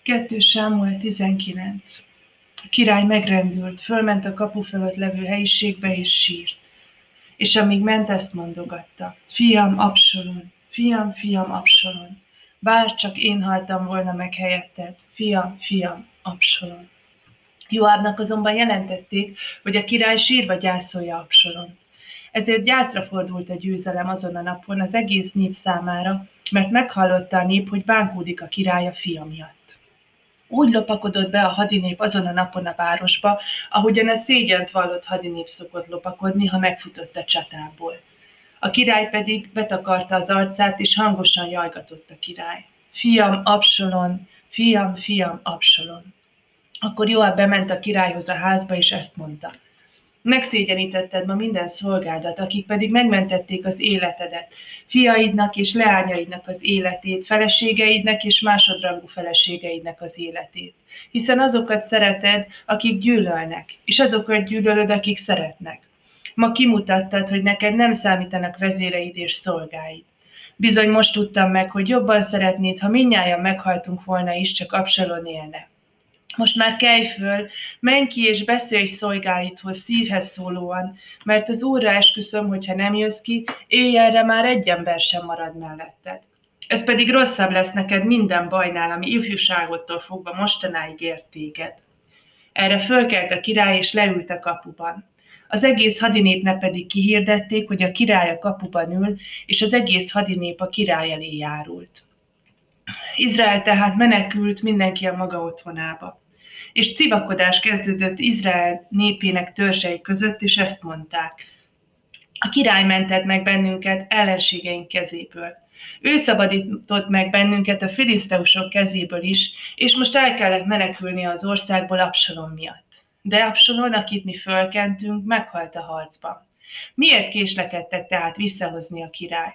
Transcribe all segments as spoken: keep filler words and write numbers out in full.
kettő Sámuel tizenkilenc. A király megrendült, fölment a kapu fölött levő helyiségbe és sírt. És amíg ment, ezt mondogatta: Fiam, Absalon, fiam, fiam, Absalon, bár csak én haltam volna meg helyetted, fiam, fiam, Absalon. Joábnak azonban jelentették, hogy a király sírva gyászolja Absalont. Ezért gyászra fordult a győzelem azon a napon az egész nép számára, mert meghallotta a nép, hogy bánkódik a király a fia miatt. Úgy lopakodott be a hadinép azon a napon a városba, ahogyan a szégyent vallott hadinép szokott lopakodni, ha megfutott a csatából. A király pedig betakarta az arcát, és hangosan jajgatott a király: Fiam, Absalon, fiam, fiam, Absalon. Akkor Joáb bement a királyhoz a házba, és ezt mondta: Megszégyenítetted ma minden szolgádat, akik pedig megmentették az életedet, fiaidnak és leányaidnak az életét, feleségeidnek és másodrangú feleségeidnek az életét. Hiszen azokat szereted, akik gyűlölnek, és azokat gyűlölöd, akik szeretnek. Ma kimutattad, hogy neked nem számítanak vezéreid és szolgáid. Bizony most tudtam meg, hogy jobban szeretnéd, ha mindnyájan meghaltunk volna is, csak Absalon élne. Most már kelj föl, menj ki és beszélj szolgáidhoz szívhez szólóan, mert az Úrra esküszöm, hogyha nem jössz ki, éjjelre már egy ember sem marad melletted. Ez pedig rosszabb lesz neked minden bajnál, ami ifjúságodtól fogva mostanáig ért téged. Erre fölkelt a király, és leült a kapuban. Az egész hadinépnek pedig kihirdették, hogy a király a kapuban ül, és az egész hadinép a király elé járult. Izrael tehát menekült mindenki a maga otthonába. És civakodás kezdődött Izrael népének törzsei között, és ezt mondták: A király mentett meg bennünket ellenségeink kezéből. Ő szabadított meg bennünket a filiszteusok kezéből is, és most el kellett menekülni az országból Absalon miatt. De Absalon, akit mi fölkentünk, meghalt a harcban. Miért késlekedtek tehát visszahozni a királyt?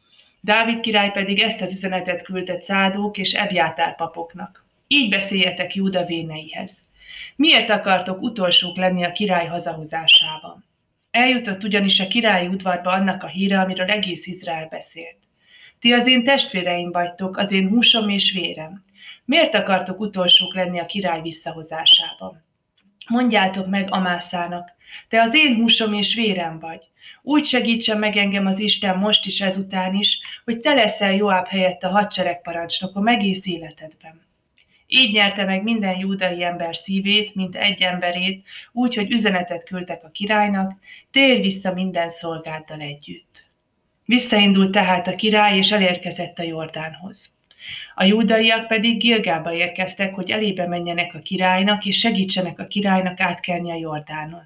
Dávid király pedig ezt az üzenetet küldte Cádók és Ebjátár papoknak: Így beszéljetek Júda véneihez. Miért akartok utolsók lenni a király hazahozásában? Eljutott ugyanis a királyi udvarba annak a híre, amiről egész Izrael beszélt. Ti az én testvéreim vagytok, az én húsom és vérem. Miért akartok utolsók lenni a király visszahozásában? Mondjátok meg Amászának: Te az én húsom és vérem vagy. Úgy segítsen meg engem az Isten most is ezután is, hogy te leszel Joáb helyett a hadseregparancsnokom egész életedben. Így nyerte meg minden júdai ember szívét, mint egy emberét, úgy, hogy üzenetet küldtek a királynak: Térj vissza minden szolgáddal együtt. Visszaindult tehát a király, és elérkezett a Jordánhoz. A júdaiak pedig Gilgába érkeztek, hogy elébe menjenek a királynak, és segítsenek a királynak átkelni a Jordánon.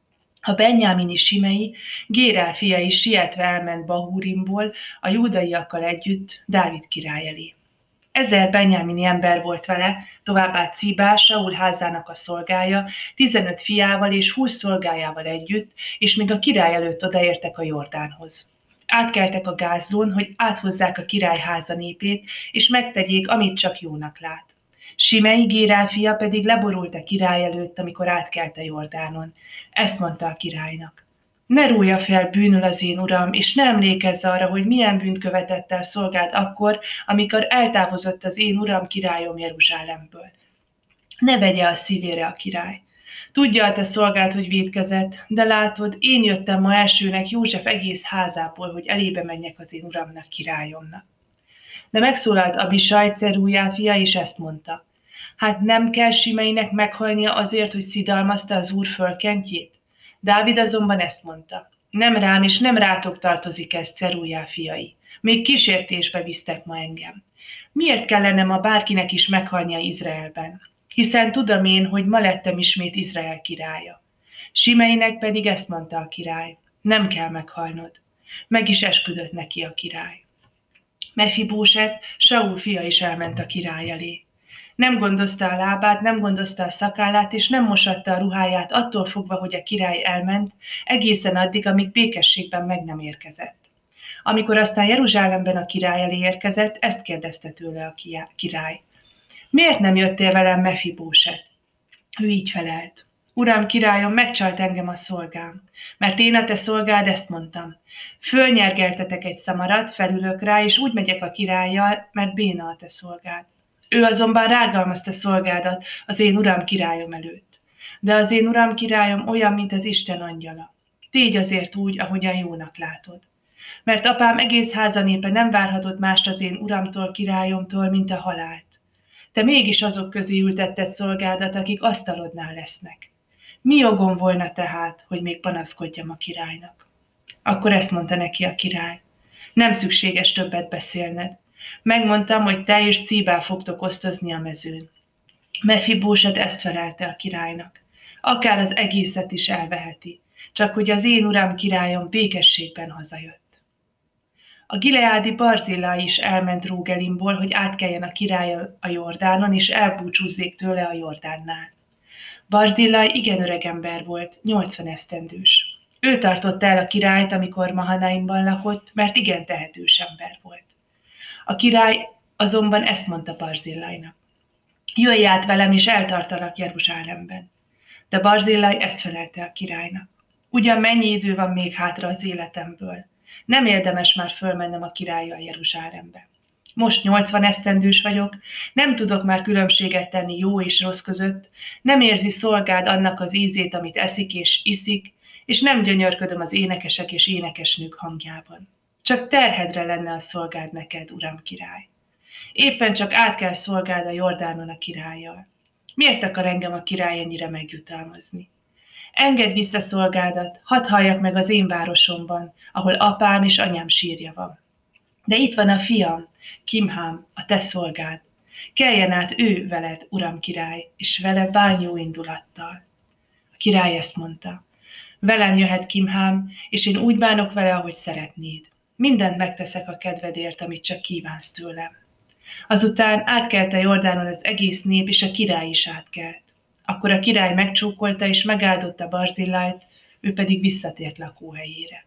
A benjámini Simei, Gérál fia is sietve elment Bahúrimból a júdaiakkal együtt Dávid király elé. Ezer benjámini ember volt vele, továbbá Cíbá, Saul házának a szolgája, tizenöt fiával és húsz szolgájával együtt, és még a király előtt odaértek a Jordánhoz. Átkeltek a Gázlón, hogy áthozzák a király háza népét, és megtegyék, amit csak jónak lát. Simei, Gérál fia pedig leborult a király előtt, amikor átkelt a Jordánon. Ezt mondta a királynak: Ne rója fel bűnül az én uram, és ne emlékezz arra, hogy milyen bűnt követett el szolgád akkor, amikor eltávozott az én uram királyom Jeruzsálemből. Ne vegye a szívére a király. Tudja a te szolgád, hogy vétkezett, de látod, én jöttem ma elsőnek József egész házából, hogy elébe menjek az én uramnak, királyomnak. De megszólalt Abisaj, Cerújá fia, és ezt mondta: Hát nem kell Simeinek meghalnia azért, hogy szidalmazta az úr fölkentjét? Dávid azonban ezt mondta: Nem rám és nem rátok tartozik ez, Cerújá fiai. Még kísértésbe visztek ma engem. Miért kellene ma bárkinek is meghalnia Izraelben? Hiszen tudom én, hogy ma lettem ismét Izrael királya. Simeinek pedig ezt mondta a király: Nem kell meghalnod. Meg is esküdött neki a király. Mefibóset, Saul fia is elment a király elé. Nem gondozta a lábát, nem gondozta a szakállát, és nem mosatta a ruháját attól fogva, hogy a király elment, egészen addig, amíg békességben meg nem érkezett. Amikor aztán Jeruzsálemben a király elé érkezett, ezt kérdezte tőle a király: Miért nem jöttél velem, Mefibóset? Ő így felelt: Uram, királyom, megcsalt engem a szolgám, mert én a te szolgád ezt mondtam: Fölnyergeltetek egy szamarat, felülök rá, és úgy megyek a királlyal, mert béna a te szolgád. Ő azonban rágalmazta szolgádat az én uram királyom előtt. De az én uram királyom olyan, mint az Isten angyala. Tégy azért úgy, ahogyan jónak látod. Mert apám egész házanépe nem várhatott mást az én uramtól, királyomtól, mint a halált. Te mégis azok közé ültetted szolgádat, akik asztalodnál lesznek. Mi jogom volna tehát, hogy még panaszkodjam a királynak? Akkor ezt mondta neki a király. Nem szükséges többet beszélned. Megmondtam, hogy te és Cíbál fogtok osztozni a mezőn. Mefibóset ezt felelte a királynak. Akár az egészet is elveheti, csak hogy az én uram királyom békességben hazajött. A gileádi Barzillai is elment Rógelimból, hogy átkeljen a király a Jordánon, és elbúcsúzzék tőle a Jordánnál. Barzillai igen öreg ember volt, nyolcvan esztendős. Ő tartotta el a királyt, amikor Mahanaimban lakott, mert igen tehetős ember volt. A király azonban ezt mondta Barzillainak. Jöjj át velem, és eltartalak Jeruzsálemben. De Barzillai ezt felelte a királynak. Ugyan mennyi idő van még hátra az életemből? Nem érdemes már fölmennem a királlyal Jeruzsálembe. Most nyolcvan esztendős vagyok, nem tudok már különbséget tenni jó és rossz között, nem érzi szolgád annak az ízét, amit eszik és iszik, és nem gyönyörködöm az énekesek és énekesnők hangjában. Csak terhedre lenne a szolgád neked, uram király. Éppen csak át kell szolgáld a Jordánon a királlyal. Miért akar engem a király ennyire megjutalmazni? Engedd vissza szolgádat, hadd halljak meg az én városomban, ahol apám és anyám sírja van. De itt van a fiam, Kimhám, a te szolgád. Keljen át ő veled, uram király, és vele bánj jó indulattal. A király ezt mondta. Velem jöhet Kimhám, és én úgy bánok vele, ahogy szeretnéd. Mindent megteszek a kedvedért, amit csak kívánsz tőlem. Azután átkelte Jordánon az egész nép, és a király is átkelt. Akkor a király megcsókolta és megáldotta Barzillájt, ő pedig visszatért lakóhelyére.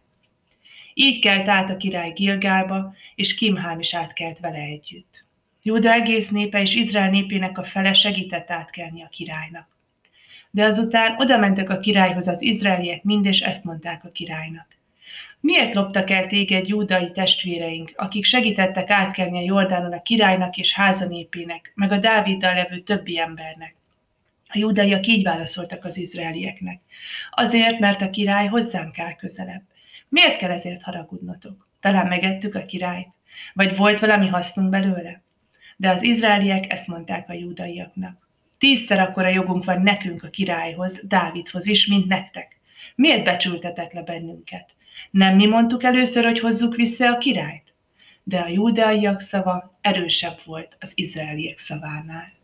Így kelt át a király Gilgálba, és Kimhám is átkelt vele együtt. Júda egész népe és Izrael népének a fele segített átkelni a királynak. De azután oda mentek a királyhoz az izraeliek mind, és ezt mondták a királynak. Miért loptak el téged júdai testvéreink, akik segítettek átkelni a Jordánon a királynak és háza népének, meg a Dáviddal levő többi embernek? A júdaiak így válaszoltak az izraelieknek. Azért, mert a király hozzánk áll közelebb. Miért kell ezért haragudnotok? Talán megettük a királyt? Vagy volt valami hasznunk belőle? De az izraeliek ezt mondták a júdaiaknak. Tízszer akkora jogunk van nekünk a királyhoz, Dávidhoz is, mint nektek. Miért becsültetek le bennünket? Nem mi mondtuk először, hogy hozzuk vissza a királyt? De a júdaiak szava erősebb volt az izraeliek szavánál.